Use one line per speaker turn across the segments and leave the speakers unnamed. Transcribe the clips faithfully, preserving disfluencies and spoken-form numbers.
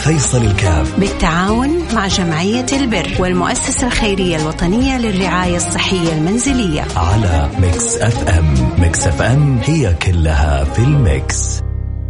فيصل الكاف
بالتعاون مع جمعية البر والمؤسسة الخيرية الوطنية للرعاية الصحية المنزلية
على ميكس اف ام. ميكس اف ام هي كلها في الميكس.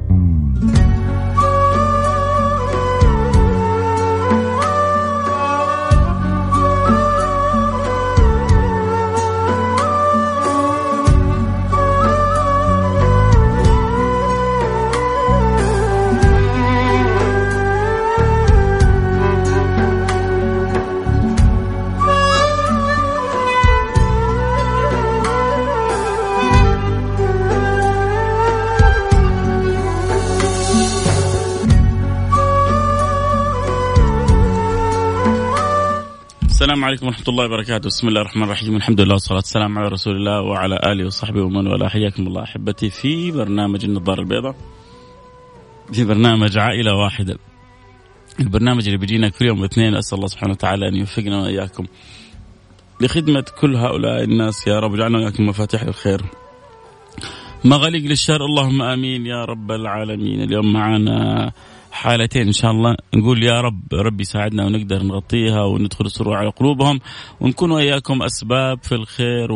السلام عليكم ورحمة الله وبركاته. بسم الله الرحمن الرحيم. الحمد لله والصلاة والسلام على رسول الله وعلى آله وصحبه ومن والاه. حياكم الله أحبتي في برنامج النظارة البيضاء، في برنامج عائلة واحدة، البرنامج اللي بيجينا كل يوم اثنين. أسأل الله سبحانه وتعالى أن يوفقنا وإياكم لخدمة كل هؤلاء الناس يا رب، وجعلنا وإياكم مفاتيح للخير مغاليق للشر، اللهم آمين يا رب العالمين. اليوم معنا حالتين إن شاء الله، نقول يا رب ربي يساعدنا ونقدر نغطيها وندخل السرور على قلوبهم ونكون وإياكم أسباب في الخير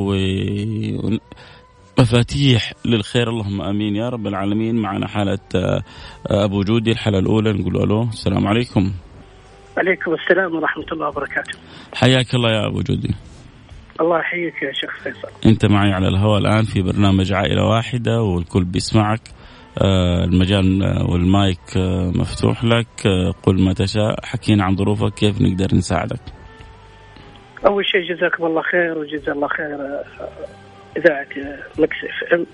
ومفاتيح للخير، اللهم آمين يا رب العالمين. معنا حالة أبو جودي، الحالة الأولى. نقول له السلام عليكم.
عليكم السلام ورحمة الله وبركاته.
حياك الله يا أبو جودي.
الله يحييك يا شيخ فيصل.
أنت معي على الهواء الآن في برنامج عائلة واحدة والكل بيسمعك. المجال والمايك مفتوح لك، قل ما تشاء، حكينا عن ظروفك كيف نقدر نساعدك.
أول شيء جزاكم الله خير وجزا الله خير إذاعة ميكس اف ام.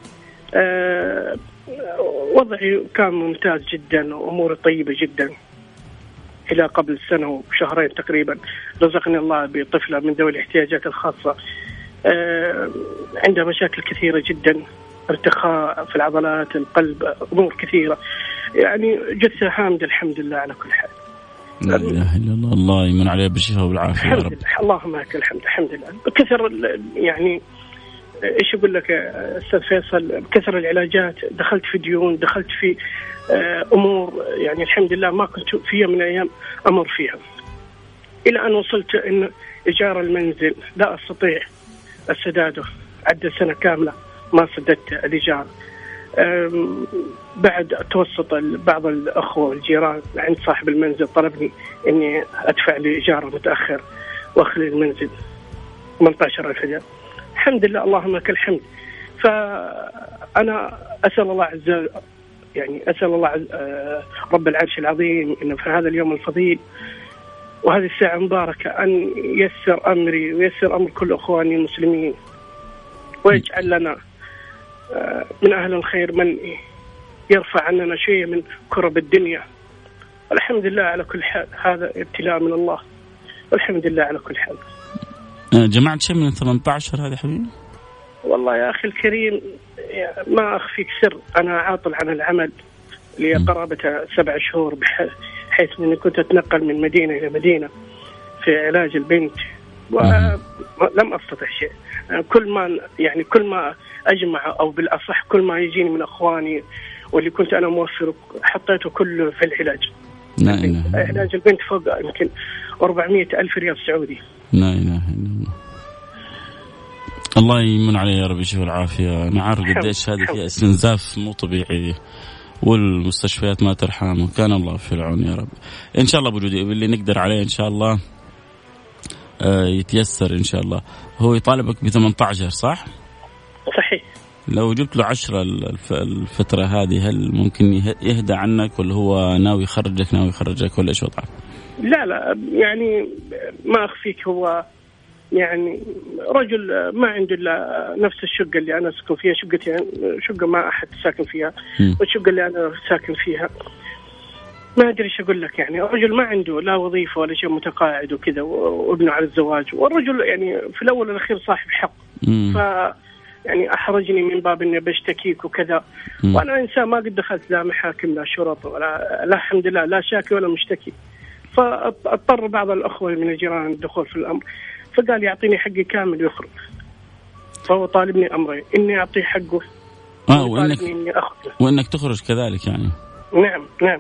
وضعي كان ممتاز جدا وأموري طيبة جدا إلى قبل سنة وشهرين تقريبا. رزقني الله بطفلة من ذوي الاحتياجات الخاصة، عندها مشاكل كثيرة جدا، ارتخاء في العضلات، القلب، أمور كثيرة، يعني جثة حامدة الحمد لله على كل حال.
لا إله إلا الله، الله يمن عليه بالشفاء والعافية يا رب.
اللهم لك الحمد. الحمد لله. بكثر يعني إيش أقول لك أستاذ فيصل، بكثر العلاجات، دخلت في ديون، دخلت في أمور يعني الحمد لله ما كنت فيها من أيام أمر فيها، إلى أن وصلت إن إيجار المنزل لا أستطيع السداده، عدة سنة كاملة ما سددت الإيجار. بعد توسط بعض الأخوة والجيران عند صاحب المنزل طلبني إني أدفع لإيجاره متأخر وأخلي المنزل ثمانية عشر ألف ريال. الحمد لله اللهم لك الحمد. فأنا أسأل الله عز يعني أسأل الله عز رب العرش العظيم إنه في هذا اليوم الفضيل وهذه الساعة المباركة أن يسر أمري ويسر أمر كل أخواني المسلمين، ويجعل لنا من أهل الخير من يرفع عننا شيء من كرب الدنيا. الحمد لله على كل حال، هذا ابتلاء من الله والحمد لله على كل حال.
جمعت شيء من ثمانية عشر هذا حبيبي؟
والله يا أخي الكريم ما أخفيك سر، أنا عاطل عن العمل لقرابة سبع شهور، بحيث أني كنت أتنقل من مدينة إلى مدينة في علاج البنت ولم أستطع شيء. كل ما يعني كل ما أجمع أو بالأصح كل ما يجيني من أخواني واللي كنت أنا موفر حطيته كله في العلاج.
لا إله إلا
علاج البنت فوق يمكن أربعمائة ألف ريال سعودي.
لا إله إلا الله. الله يمن عليه يا رب يشفي العافية. أنا عارف قديش هذه فيها استنزاف مو طبيعي والمستشفيات ما ترحم، وكان الله في العون يا رب. إن شاء الله بوجودي اللي نقدر عليه إن شاء الله يتيسر إن شاء الله. هو يطالبك ب ثمانية عشر صح؟
صحيح.
لو جبت له عشرة الفترة هذه هل ممكن يهدى عنك، ولا هو ناوي يخرجك ناوي يخرجك ولا إيش وضعك؟
لا لا يعني ما أخفيك، هو يعني رجل ما عنده إلا نفس الشقة اللي أنا ساكن فيها، شقتي يعني شقة ما أحد ساكن فيها، والشقة اللي أنا ساكن فيها ما أدري إيش أقول لك، يعني الرجل ما عنده لا وظيفة ولا شيء، متقاعد وكذا وابنه على الزواج، والرجل يعني في الأول والأخير صاحب حق. ف يعني أحرجني من باب إني بشتكيك وكذا، م. وأنا إنسان ما قد دخلت لا محاكم لا شرط ولا لا الحمد لله لا شاكي ولا مشتكي. فاضطر بعض الأخوة من الجيران الدخول في الأمر، فقال يعطيني حقي كامل ويخرج. فهو طالبني أمرين، إني أعطيه حقه
آه وإنك, وإنك تخرج كذلك يعني.
نعم نعم.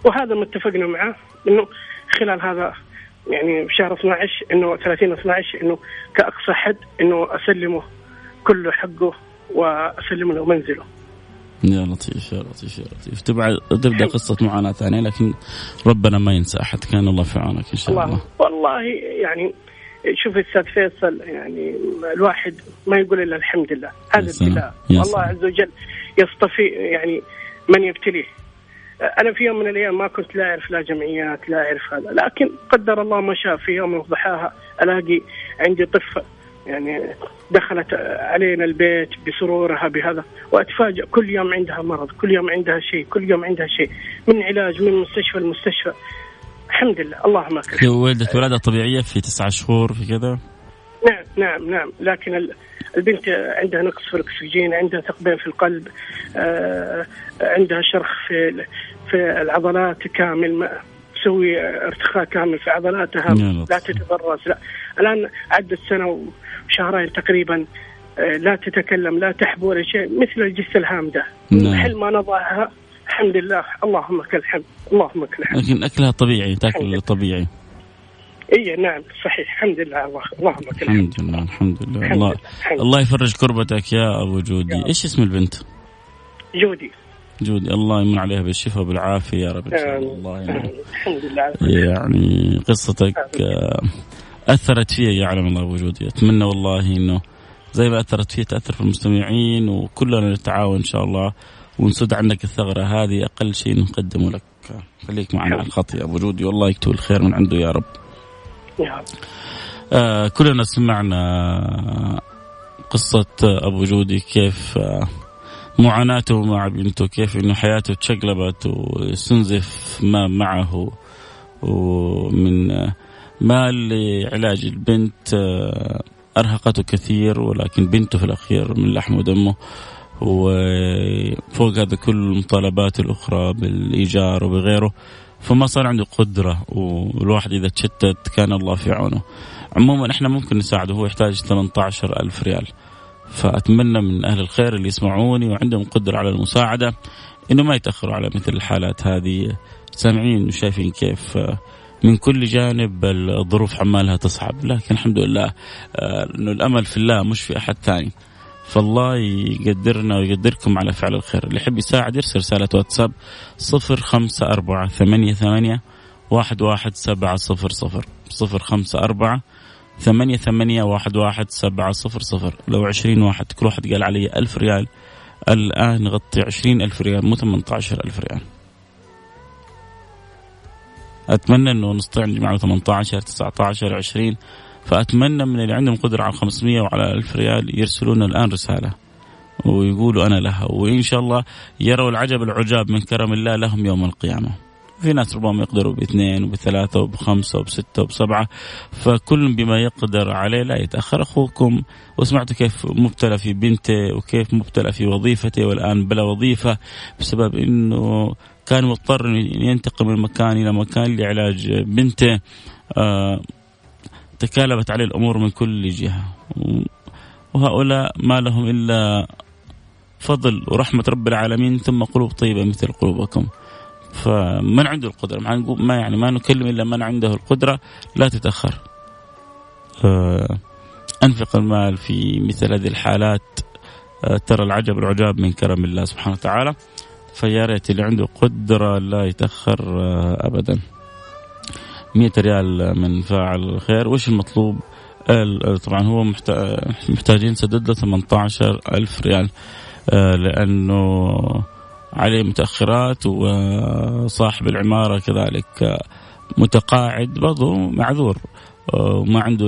وهذا متفقنا معه إنه خلال هذا يعني في شهر اثنا عشر إنه ثلاثين اثنا عشر إنه كأقصى حد إنه أسلمه كله حقه وأسلمه له منزله.
يا لطيف يا لطيف يا لطيف. تبع تبدأ قصة معاناة ثانية لكن ربنا ما ينسى أحد. كان الله في عونك إن شاء الله. الله
والله يعني شوف أستاذ فيصل يعني الواحد ما يقول إلا الحمد لله. هذا ابتلاء الله عز وجل يصطفي يعني من يبتليه. أنا في يوم من الأيام ما كنت لا أعرف لا جمعيات لا أعرف هذا لكن قدر الله ما شاء. في يوم من ضحاها ألاقي عندي طفل يعني دخلت علينا البيت بسرورها بهذا وأتفاجأ كل يوم عندها مرض كل يوم عندها شيء كل يوم عندها شيء من علاج من مستشفى المستشفى. الحمد لله اللهم أكبر.
ولدت ولادة طبيعية في تسعة شهور في كذا.
نعم نعم نعم لكن البنت عندها نقص في الأكسجين عندها ثقبين في القلب آه عندها شرخ في في العضلات كامل تسوي ارتخاء كامل في عضلاتها لا تتبرز. لا الآن عدت سنة وشهرين تقريبا لا تتكلم لا تحبو ولا شيء مثل الجثة الهامدة. حل ما نضعها الحمد لله اللهم لك الحمد اللهم لك الحمد.
لكن أكلها طبيعي تأكل طبيعي.
إيه نعم صحيح الحمد لله الله اللهم لك الحمد.
الحمد لله الحمد لله الله الله يفرج كربتك يا أبو جودي. إيش اسم البنت؟
جودي.
جودي الله يمن عليها بالشفاء وبالعافية يا رب إن شاء الله. يعني
الحمد لله.
يعني قصتك أثرت فيها يعلم الله أبو جودي. أتمنى والله إنه زي ما أثرت فيه تأثر في المستمعين وكلنا نتعاون إن شاء الله ونسد عنك الثغرة هذه. أقل شيء نقدمه لك. خليك معنا على الخط يا أبو جودي والله يكتب الخير من عنده يا رب. آه كلنا سمعنا قصة أبو جودي كيف آه معاناته مع بنته كيف إنه حياته تشقلبت وسنزف ما معه ومن آه مال لعلاج البنت آه أرهقته كثير ولكن بنته في الأخير من لحم ودمه. وفوق هذا كل المطالبات الأخرى بالإيجار وبغيره فما صار عنده قدرة والواحد إذا تشتت كان الله في عونه. عموما إحنا ممكن نساعده. هو يحتاج ثمانية عشر ألف ريال. فأتمنى من أهل الخير اللي يسمعوني وعندهم قدرة على المساعدة إنه ما يتأخروا على مثل الحالات هذه. سامعين وشايفين كيف من كل جانب الظروف حمالها تصعب لكن الحمد لله إنه الأمل في الله مش في أحد ثاني. فالله يقدرنا ويقدركم على فعل الخير. اللي يحب يساعد يرسل رسالة واتساب صفر خمسة أربعة ثمانية ثمانية واحد واحد سبعة صفر صفر صفر خمسة أربعة ثمانية ثمانية واحد واحد سبعة صفر صفر. لو عشرين واحد كل واحد قال علي ألف ريال الآن نغطي عشرين ألف ريال مو ثمانية عشر ألف ريال. أتمنى أنه نستطيع نجمع ثمانية عشر تسعة عشر عشرين. فأتمنى من اللي عندهم قدرة على خمسمية وعلى ألف ريال يرسلون الآن رسالة ويقولوا أنا لها وإن شاء الله يروا العجب العجاب من كرم الله لهم يوم القيامة. في ناس ربما يقدروا باثنين وبثلاثة وبخمسة وبستة وبسبعة فكل بما يقدر عليه لا يتأخر. أخوكم وسمعتوا كيف مبتلى في بنته وكيف مبتلى في وظيفته والآن بلا وظيفة بسبب أنه كان مضطر ينتقل من مكان إلى مكان لعلاج بنته. آه تكالبت عليه الأمور من كل جهة وهؤلاء ما لهم إلا فضل ورحمة رب العالمين ثم قلوب طيبة مثل قلوبكم. فمن عنده القدرة ما يعني ما نكلم إلا من عنده القدرة لا تتأخر. أنفق المال في مثل هذه الحالات ترى العجب العجاب من كرم الله سبحانه وتعالى. فيا ريت اللي عنده قدرة لا يتأخر أبدا. مئة ريال من فاعل الخير. وش المطلوب؟ طبعا هو محتاجين نسدد له ثمانية عشر ألف ريال لأنه عليه متأخرات وصاحب العمارة كذلك متقاعد برضو معذور وما عنده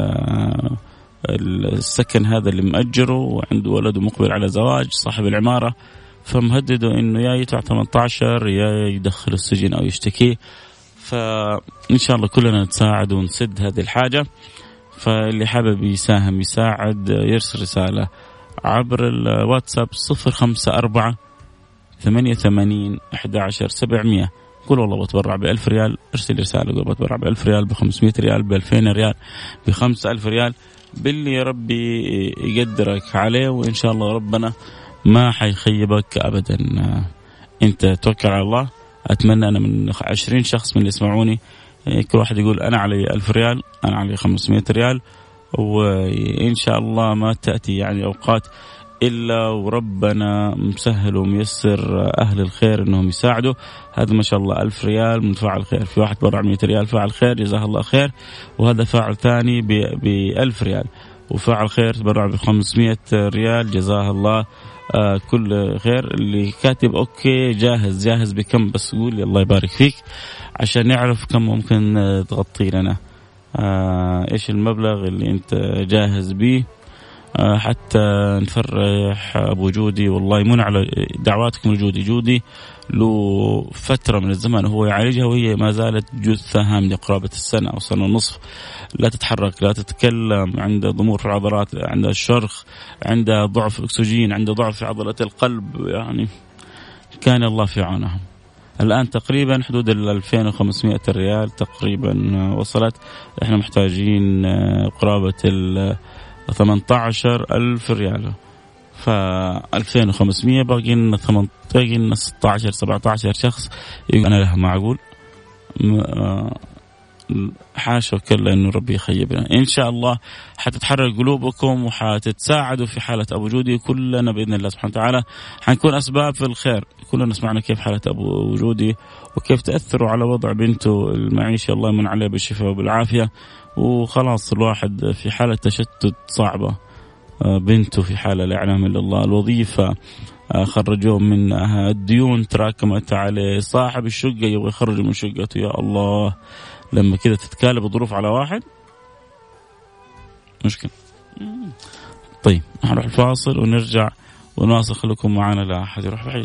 السكن هذا اللي مأجره وعنده ولده مقبل على زواج صاحب العمارة فمهدده إنه يا يدفع ثمانية عشر يا يدخل السجن أو يشتكيه. فإن شاء الله كلنا نتساعد ونسد هذه الحاجة. فاللي حابب يساهم يساعد يرسل رسالة عبر الواتساب صفر خمسة أربعة ثمانية ثمانين أحد عشر سبعمية. قول والله بتبرع بألف ريال ارسل رسالة قول بتبرع بألف ريال بخمسمية ريال بألفين ريال بخمسة ألف ريال باللي يا ربي يقدرك عليه وإن شاء الله ربنا ما حيخيبك أبدا. أنت توكل على الله أتمنى أنا من عشرين شخص من اللي يسمعوني كل واحد يقول أنا علي ألف ريال، أنا علي خمسمائة ريال، وإن شاء الله ما تأتي يعني أوقات إلا وربنا مسهل وميسر أهل الخير أنهم يساعدوا. هذا ما شاء الله ألف ريال من فاعل خير، في واحد برع مئة ريال فاعل خير جزاه الله خير، وهذا فاعل ثاني بألف ريال، وفاعل خير تبرع بخمسمائة ريال جزاه الله آه كل خير. اللي كاتب أوكي جاهز جاهز بكم بس قول لي الله يبارك فيك عشان نعرف كم ممكن تغطي لنا، آه إيش المبلغ اللي أنت جاهز به آه حتى نفرح أبو جودي. والله من على دعواتكم لجودي. جودي له فترة من الزمان هو يعالجها وهي ما زالت جثة هامدة قرابة السنة أو سنة ونصف، لا تتحرك لا تتكلم، عندها ضمور في العضلات، عندها شرخ، عندها ضعف أكسجين، عندها ضعف في عضلة القلب، يعني كان الله في عونهم. الآن تقريبا حدود ال ألفين وخمسمائة ريال تقريبا وصلت، احنا محتاجين قرابة ال ثمانية عشر ألف ريال، ف ألفين وخمسمائة باقي لنا باقي لنا ستة عشر سبعة عشر شخص يقول أنا لها معقول حاشا وكلا إنه ربي يخيبنا. إن شاء الله حتتحرك قلوبكم وحتتساعدوا في حالة أبو جودي، كلنا بإذن الله سبحانه وتعالى حنكون أسباب في الخير. كلنا سمعنا كيف حالة أبو جودي وكيف تأثروا على وضع بنته المعيشة، الله يمن عليه بالشفاء وبالعافية، وخلاص الواحد في حالة تشتت صعبة، بنته في حالة لا يعلم إلا الله، الوظيفة خرجوه منها، الديون تراكمت عليه، صاحب الشقة يبغى يخرج من شقته. يا الله لما كده تتكالب الظروف على واحد مشكلة. طيب نروح الفاصل ونرجع ونواصل، خليكم معنا لا أحد يروح بعيد.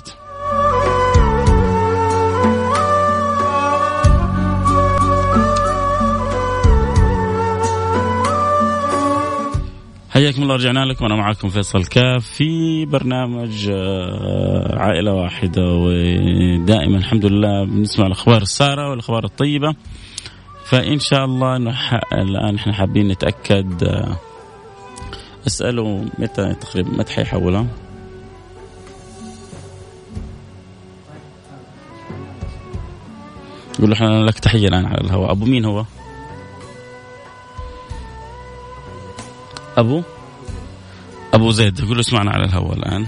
حياكم الله، رجعنا لكم. أنا معكم فيصل كاف في برنامج عائلة واحدة، ودائما الحمد لله بنسمع الأخبار السارة والأخبار الطيبة. فإن شاء الله الآن إحنا حابين نتأكد، أسأله متى تقريبا متى حيحولها؟ يقول له إحنا لك تحية الآن على الهواء. أبو مين هو؟ أبو أبو زيد. يقول له اسمعنا على الهواء الآن.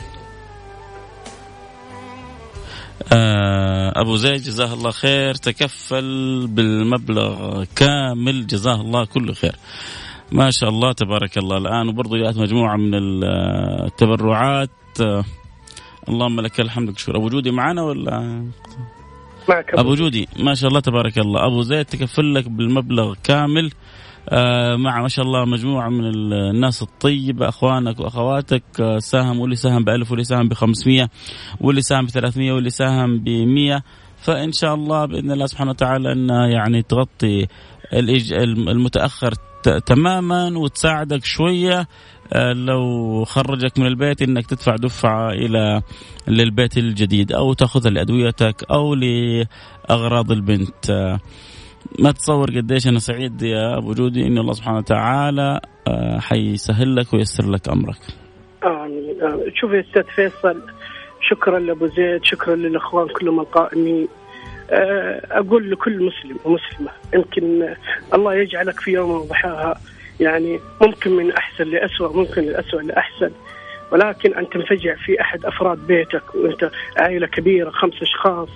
أبو زيد جزاه الله خير، تكفل بالمبلغ كامل جزاه الله كل خير، ما شاء الله تبارك الله. الآن وبرضو جاءت مجموعة من التبرعات، اللهم لك الحمد والشكر. أبو جودي معنا ولا
معك؟
أبو جودي ما شاء الله تبارك الله. أبو زيد تكفل لك بالمبلغ كامل آه مع ما شاء الله مجموعة من الناس الطيبة، أخوانك وأخواتك، آه ساهم، واللي ساهم بألف واللي ساهم بخمسمية واللي ساهم بثلاثمية واللي ساهم بمية. فإن شاء الله بإذن الله سبحانه وتعالى أن يعني تغطي المتأخر تماما وتساعدك شوية آه لو خرجك من البيت إنك تدفع دفعة إلى للبيت الجديد أو تأخذها لأدويتك أو لأغراض البنت. آه ما تصور قديش أنا سعيد يا أبو جودي إن الله سبحانه وتعالى حيسهل لك ويسر لك أمرك.
آمين. شوف يا أستاذ فيصل، شكرا لأبو زيد، شكرا للأخوان كلهم القائمين. أقول لكل مسلم ومسلمة يمكن الله يجعلك في يوم وضحاها، يعني ممكن من أحسن لأسوأ، ممكن لأسوأ لأحسن، ولكن أن تنفجع في أحد أفراد بيتك وأنت عائلة كبيرة خمس أشخاص،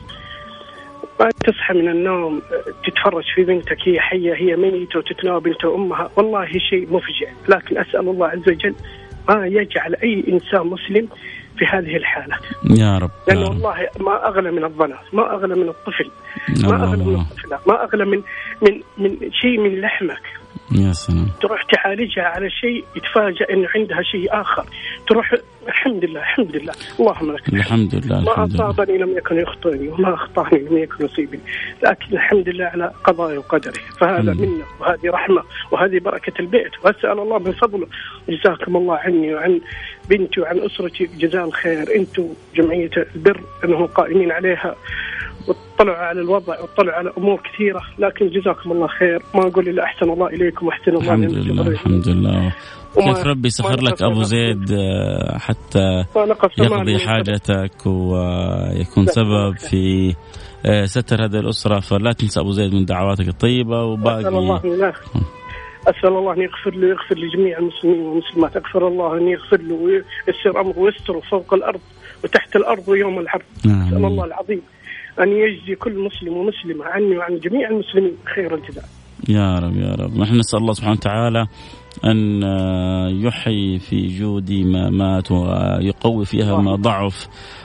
تصحى من النوم تتفرج في بنتك هي حية هي ميتة وتتناوب بنت أمها، والله شيء مفجع. لكن أسأل الله عز وجل ما يجعل أي إنسان مسلم في هذه الحالة
يا رب،
لأنه والله ما أغلى من الظلام، ما أغلى من الطفل، ما أغلى من الطفل، ما أغلى من من من شيء من لحمك.
يا سلام.
تروح تعالجها على شيء يتفاجأ إنه عندها شيء آخر، تروح الحمد لله الحمد لله اللهم لك
الحمد لله.
ما أصابني لم يكن يخطئني وما أخطأني لم يكن يصيبني، لكن الحمد لله على قضاء وقدره، فهذا منه وهذه رحمة وهذه بركة البيت. وأسأل الله من فضله، جزاكم الله عني وعن بنتي وعن أسرتي جزاء الخير، أنتم جمعية البر أنهم قائمين عليها واطلعوا على الوضع واطلعوا على أمور كثيرة، لكن جزاكم الله خير. ما أقول إلا أحسن الله إليكم وأحسن الله
الحمد لله الحمد لله. كيف ربي يسخر لك أبو زيد حتى يقضي حاجتك ويكون سبب في ستر هذه الأسرة. فلا تنسى أبو زيد من دعواتك الطيبة. وباقي
أسأل الله أن أسأل الله أن يغفر له ويغفر لجميع المسلمين والمسلمات. أغفر الله أن يغفر له وييسر أمره ويستره فوق الأرض وتحت الأرض ويوم الحرب. أسأل الله العظيم أن يجزي كل مسلم ومسلمة عني وعن جميع المسلمين خير الجزاء
يا رب يا رب. نحن نسأل الله سبحانه وتعالى أن يحيي في جودي ما مات ويقوي فيها ما ضعف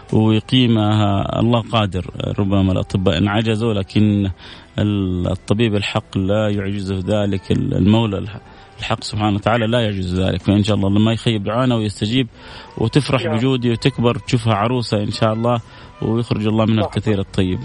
ويقيمها. الله قادر، ربما الأطباء إن عجزوا لكن الطبيب الحق لا يعجزه ذلك. المولى الحق سبحانه وتعالى لا يعجز ذلك. فإن شاء الله لما يخيب دعانا ويستجيب وتفرح بجودي وتكبر تشوفها عروسة إن شاء الله ويخرج الله منها الكثير الطيب.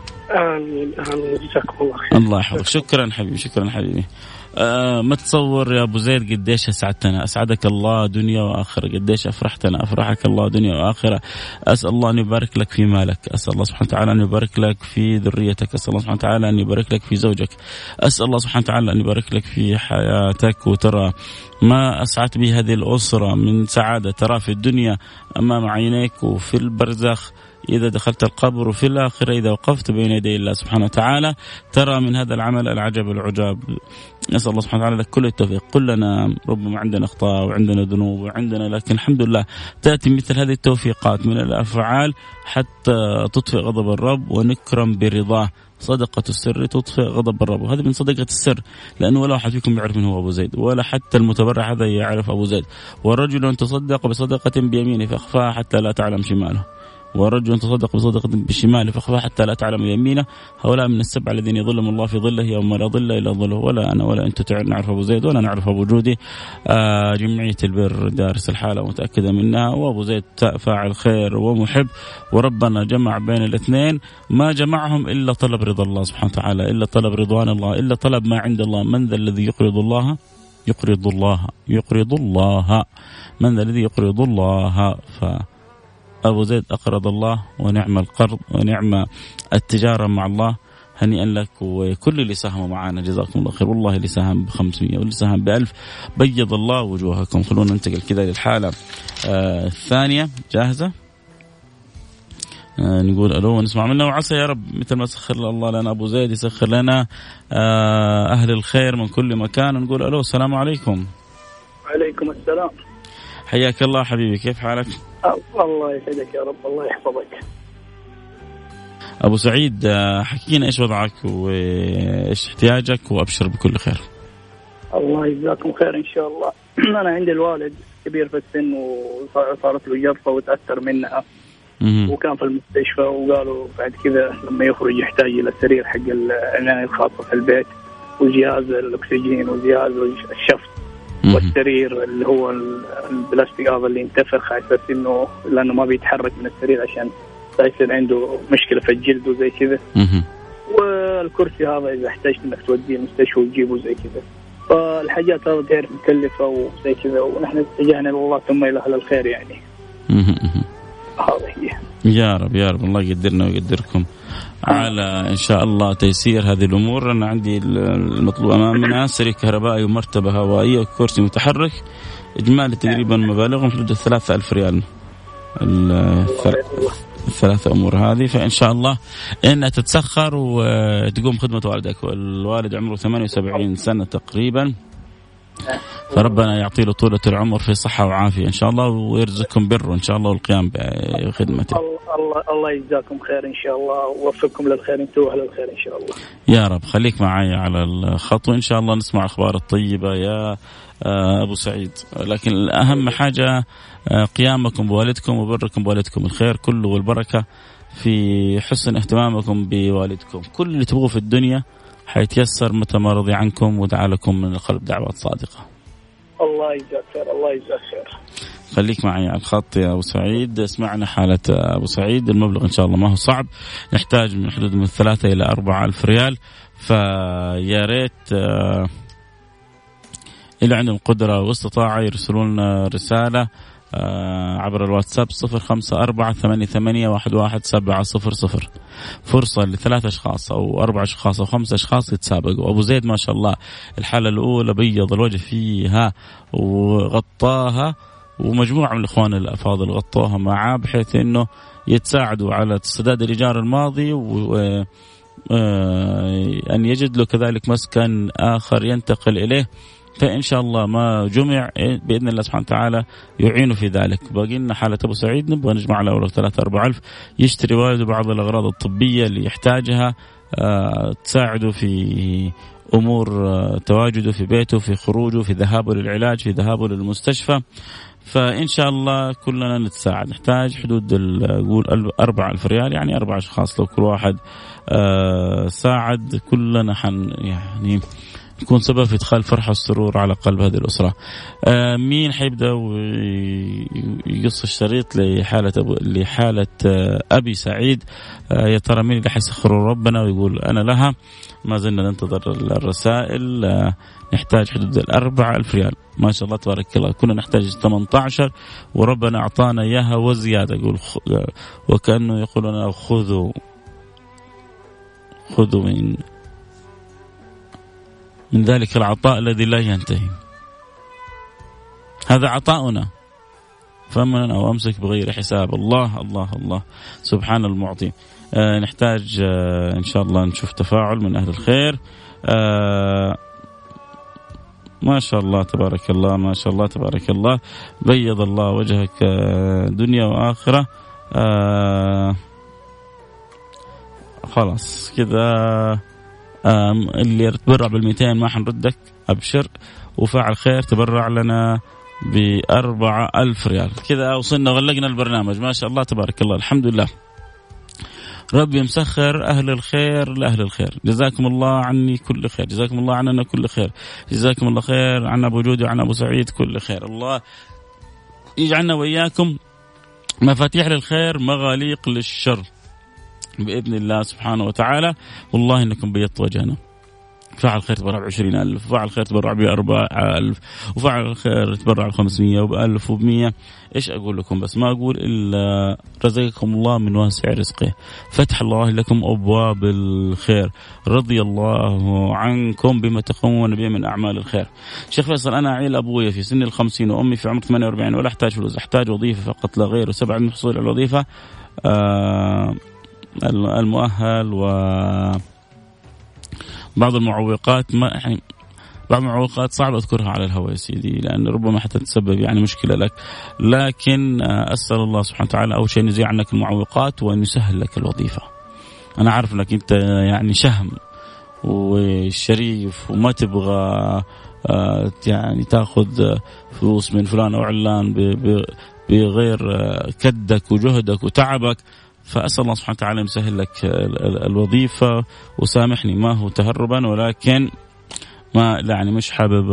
آمين آمين. جزاكم الله خير.
الله يحفظك. شكرا حبيبي شكرا حبيبي. آه ما تصور يا أبو زيد قديش أسعدتنا. أسعدك الله دنيا وآخرة. قديش أفرحتنا. أفرحك الله دنيا وآخرة. أسأل الله أن يبارك لك في مالك. أسأل الله سبحانه وتعالى أن يبارك لك في ذريتك. أسأل الله سبحانه وتعالى أن يبارك لك في زوجك. أسأل الله سبحانه وتعالى أن يبارك لك في حياتك. وترى ما أسعدت به هذه الأسرة من سعادة ترى في الدنيا أمام عينيك وفي البرزخ إذا دخلت القبر وفي الآخرة إذا وقفت بين يدي الله سبحانه وتعالى ترى من هذا العمل العجب العجاب. نسأل الله سبحانه وتعالى لك كل التوفيق. كلنا ربما عندنا أخطاء وعندنا ذنوب وعندنا، لكن الحمد لله تأتي مثل هذه التوفيقات من الأفعال حتى تطفئ غضب الرب ونكرم برضاه. صدقة السر تطفئ غضب الرب، وهذا من صدقة السر، لأنه ولا أحد فيكم يعرف من هو أبو زيد ولا حتى المتبرع هذا يعرف أبو زيد. والرجل تصدق بصدقة بيمينه فأخفاها حتى لا تعلم شماله، ورجل تصدق بصدقة بشماله فأخفاها حتى لا تعلم يمينه. هؤلاء من السبع الذين يظلهم الله في ظله يوم لا ظل إلا ظله. ولا أنا ولا أنت نعرف أبو زيد ولا نعرف أبو جودي. آه جمعية البر دارس الحالة متأكدة منها، وأبو زيد فاعل خير ومحب، وربنا جمع بين الاثنين. ما جمعهم إلا طلب رضا الله سبحانه وتعالى، إلا طلب رضوان الله، إلا طلب ما عند الله. من ذا الذي يقرض الله يقرض الله يقرض الله من ذا الذي يقرض الله. ف أبو زيد أقرض الله ونعم القرض ونعم التجارة مع الله. هنيئا لك وكل اللي ساهموا معنا جزاكم الله خير. والله اللي ساهم بخمسمية واللي ساهم بألف بيض الله وجوهكم. خلونا ننتقل كذا للحالة آه الثانية. جاهزة؟ آه نقول ألو ونسمع منه، وعسى يا رب مثل ما سخر الله لنا أبو زيد يسخر لنا آه أهل الخير من كل مكان. نقول ألو السلام عليكم.
وعليكم السلام.
حياك الله حبيبي، كيف حالك؟
الله يسعدك يا رب، الله يحفظك.
أبو سعيد حكينا إيش وضعك وإيش احتياجك وأبشر بكل خير.
الله يجزاكم خير إن شاء الله. أنا عندي الوالد كبير في السن وصارت له جرفة وتأثر منها وكان في المستشفى، وقالوا بعد كذا لما يخرج يحتاج إلى السرير حق العناية الخاصة في البيت وجهاز الأكسجين وجهاز الشفط والسرير اللي هو البلاستيك هذا اللي ينتفخ على اساس انه لانه ما بيتحرك من السرير عشان لا يصير عنده مشكله في الجلد وزي كذا. والكرسي هذا اذا احتاجت انك توديه المستشفى وتجيبه زي كذا. فالحاجات هذه تعرف مكلفه وزي كذا، ونحن اتجهنا لله ثم الى اهل الخير يعني. هذا هي.
يا رب يا رب الله يقدرنا ويقدركم على إن شاء الله تيسير هذه الأمور. أنا عندي المطلوب أمامنا سرير كهربائي ومرتبة هوائية وكرسي متحرك، إجمالي تقريبا مبالغهم حدود الثلاثة ألف ريال الثلاثة أمور هذه. فإن شاء الله إنها تتسخر وتقوم خدمة والدك. والوالد عمره ثمانية وسبعين سنة تقريبا، فربنا يعطي له طولة العمر في صحة وعافية إن شاء الله، ويرزقكم بره إن شاء الله والقيام بخدمته.
الله الله يجزاكم خير إن شاء الله، ووفقكم للخير أنتوا أهل الخير إن شاء الله.
يا رب خليك معي على الخط وإن شاء الله نسمع أخبار الطيبة يا أبو سعيد. لكن الأهم حاجة قيامكم بوالدكم وبركم بوالدكم، الخير كله والبركة في حسن اهتمامكم بوالدكم. كل اللي تبغوه في الدنيا حيتيسر متى ما رضي عنكم ودعا لكم من القلب دعوات صادقة.
الله يجزاك خير الله يجزاك خير.
خليك معي على الخط يا أبو سعيد. اسمعنا حالة أبو سعيد. المبلغ إن شاء الله ما هو صعب، نحتاج من حدود من ثلاثة إلى أربعة ألف ريال. فيا ريت اللي عندهم قدرة واستطاعة يرسلون رسالة عبر الواتساب صفر خمسة أربعة ثمانية ثمانية واحد واحد سبعة صفر صفر. فرصة لثلاث أشخاص أو أربع أشخاص أو خمسة أشخاص يتسابقوا. أبو زيد ما شاء الله الحالة الأولى بيض الوجه فيها وغطاها، ومجموعة من الإخوان الأفاضل غطوها معاه بحيث إنه يتساعدوا على سداد الإيجار الماضي، و أن يجد له كذلك مسكن آخر ينتقل إليه. فإن شاء الله ما جمع بإذن الله سبحانه وتعالى يعينه في ذلك. باقي لنا حالة أبو سعيد، نبغى نجمع له أولو ثلاثة أربعة ألف يشتري والده بعض الأغراض الطبية اللي يحتاجها، أه تساعده في أمور أه تواجده في بيته، في خروجه، في ذهابه للعلاج، في ذهابه للمستشفى. فإن شاء الله كلنا نتساعد. نحتاج حدود نقول أربعة ألف ريال، يعني أربع أشخاص لو كل واحد أه ساعد كلنا حن يعني يكون سبب في إدخال فرحة والسرور على قلب هذه الأسرة. آه مين حيبدأ ويقص الشريط لحالة أبو لحالة آه أبي سعيد؟ آه يا ترى مين اللي حيسخروا ربنا ويقول أنا لها؟ ما زلنا ننتظر الرسائل. آه نحتاج حدود الأربعة ألف ريال، ما شاء الله تبارك الله. كنا نحتاج ثمانية عشر وربنا أعطانا إياها وزيادة. يقول خ... وكأنه يقولون خذوا خذوا من من ذلك العطاء الذي لا ينتهي. هذا عطاؤنا، فمن أو أمسك بغير حساب. الله الله الله سبحان المعطي. آه نحتاج آه إن شاء الله نشوف تفاعل من أهل الخير. آه ما شاء الله تبارك الله، ما شاء الله تبارك الله. بيض الله وجهك آه دنيا وآخرة. آه خلاص كذا اللي يتبرع بالمئتين ما حنردك، أبشر. وفاعل خير تبرع لنا بأربعة ألف ريال. كذا وصلنا وغلقنا البرنامج. ما شاء الله تبارك الله، الحمد لله. ربي مسخر أهل الخير لأهل الخير. جزاكم الله عني كل خير، جزاكم الله عننا كل خير، جزاكم الله خير عن أبو جودي وعن أبو سعيد كل خير. الله يجعلنا وإياكم مفاتيح للخير مغاليق للشر بإذن الله سبحانه وتعالى. والله إنكم بيضت وجهنا. فعل خير تبرع بعشرين ألف، وفعل خير تبرع بأربعة ألف، وفعل خير تبرع بخمسمية وبألف وبمية. إيش أقول لكم؟ بس ما أقول إلا رزقكم الله من واسع رزقه، فتح الله لكم أبواب الخير، رضي الله عنكم بما تقومون به من أعمال الخير. شيخ فيصل، أنا عيل أبويا في سن الخمسين وأمي في عمر ثمانية وأربعين ولا أحتاج فلوس، أحتاج وظيفة فقط لا غير، وسبعة من حصول على الوظيفة آه المؤهل وبعض المعوقات. ما يعني بعض المعوقات صعب أذكرها على الهواء يا سيدي، لأن ربما حتى تسبب يعني مشكلة لك. لكن أسأل الله سبحانه وتعالى أول شيء يزيل عنك المعوقات وأن يسهل لك الوظيفة. أنا عارف أنك أنت يعني شهم وشريف وما تبغى يعني تأخذ فلوس من فلان أو علان بغير كدك وجهدك وتعبك. فأسأل الله سبحانه وتعالى يسهل لك الوظيفة. وسامحني ما هو تهربا، ولكن ما يعني مش حابب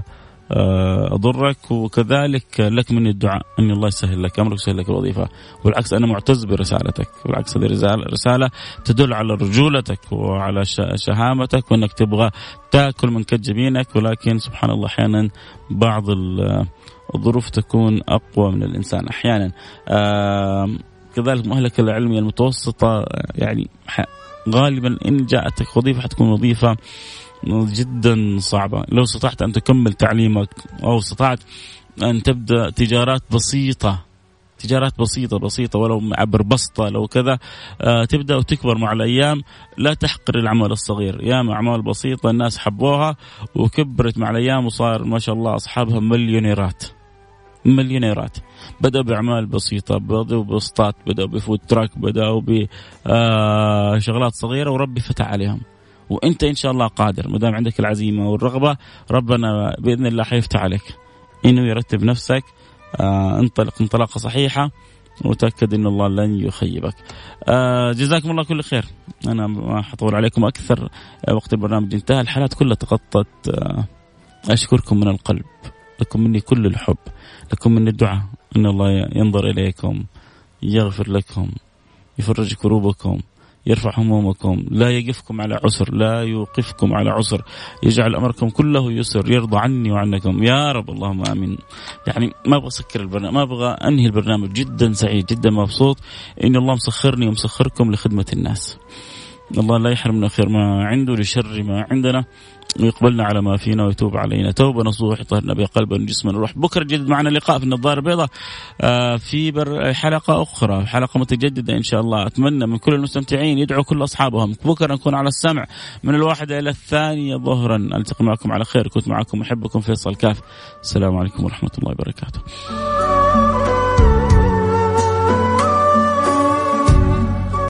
أضرك، وكذلك لك من الدعاء أن الله يسهل لك أمرك ويسهل لك الوظيفة. والعكس أنا معتز برسالتك، والعكس هذه رسالة تدل على رجولتك وعلى شهامتك وأنك تبغى تأكل من كجبينك. ولكن سبحان الله أحيانا بعض الظروف تكون أقوى من الإنسان أحيانا. كذلك مهلكة العلمية المتوسطة يعني غالبا إن جاءتك وظيفة حتكون وظيفة جدا صعبة. لو استطعت أن تكمل تعليمك أو استطعت أن تبدأ تجارات بسيطة، تجارات بسيطة بسيطة ولو عبر بسطة لو كذا، آه تبدأ وتكبر مع الأيام. لا تحقر العمل الصغير، يا أعمال بسيطة الناس حبوها وكبرت مع الأيام وصار ما شاء الله أصحابها مليونيرات مليونيرات. بدأوا بأعمال بسيطة، بدأوا بسطات، بدأوا بفود تراك، بدأوا بشغلات صغيرة وربي فتح عليهم. وانت ان شاء الله قادر، ما دام عندك العزيمه والرغبه ربنا باذن الله حيفتح عليك. انه يرتب نفسك، آه انطلق انطلاقه صحيحه وتاكد ان الله لن يخيبك. آه جزاكم الله كل خير. انا ما حطول عليكم اكثر، وقت البرنامج انتهى، الحالات كلها تغطت. آه اشكركم من القلب، لكم مني كل الحب، لكم مني الدعاء ان الله ينظر اليكم، يغفر لكم، يفرج كروبكم، يرفع همومكم، لا يقفكم على عسر، لا يوقفكم على عسر، يجعل أمركم كله يسر، يرضى عني وعنكم يا رب، اللهم آمين. يعني ما أبغى أسكر البرنامج، ما أبغى أنهي البرنامج، جدا سعيد جدا مبسوط إن الله مسخرني ومسخركم لخدمة الناس. الله لا يحرمنا خير ما عنده لشر ما عندنا، ويقبلنا على ما فينا ويتوب علينا توبة نصوح، يطهرنا بها قلبا وجسما وروح. بكرة جدد معنا لقاء في النظارة البيضاء في حلقة أخرى، حلقة متجددة إن شاء الله. أتمنى من كل المستمتعين يدعوا كل أصحابهم. بكرة نكون على السمع من الواحدة إلى الثانية ظهرا. ألتقي معكم على خير. كنت معكم محبكم فيصل كاف. السلام عليكم ورحمة الله وبركاته.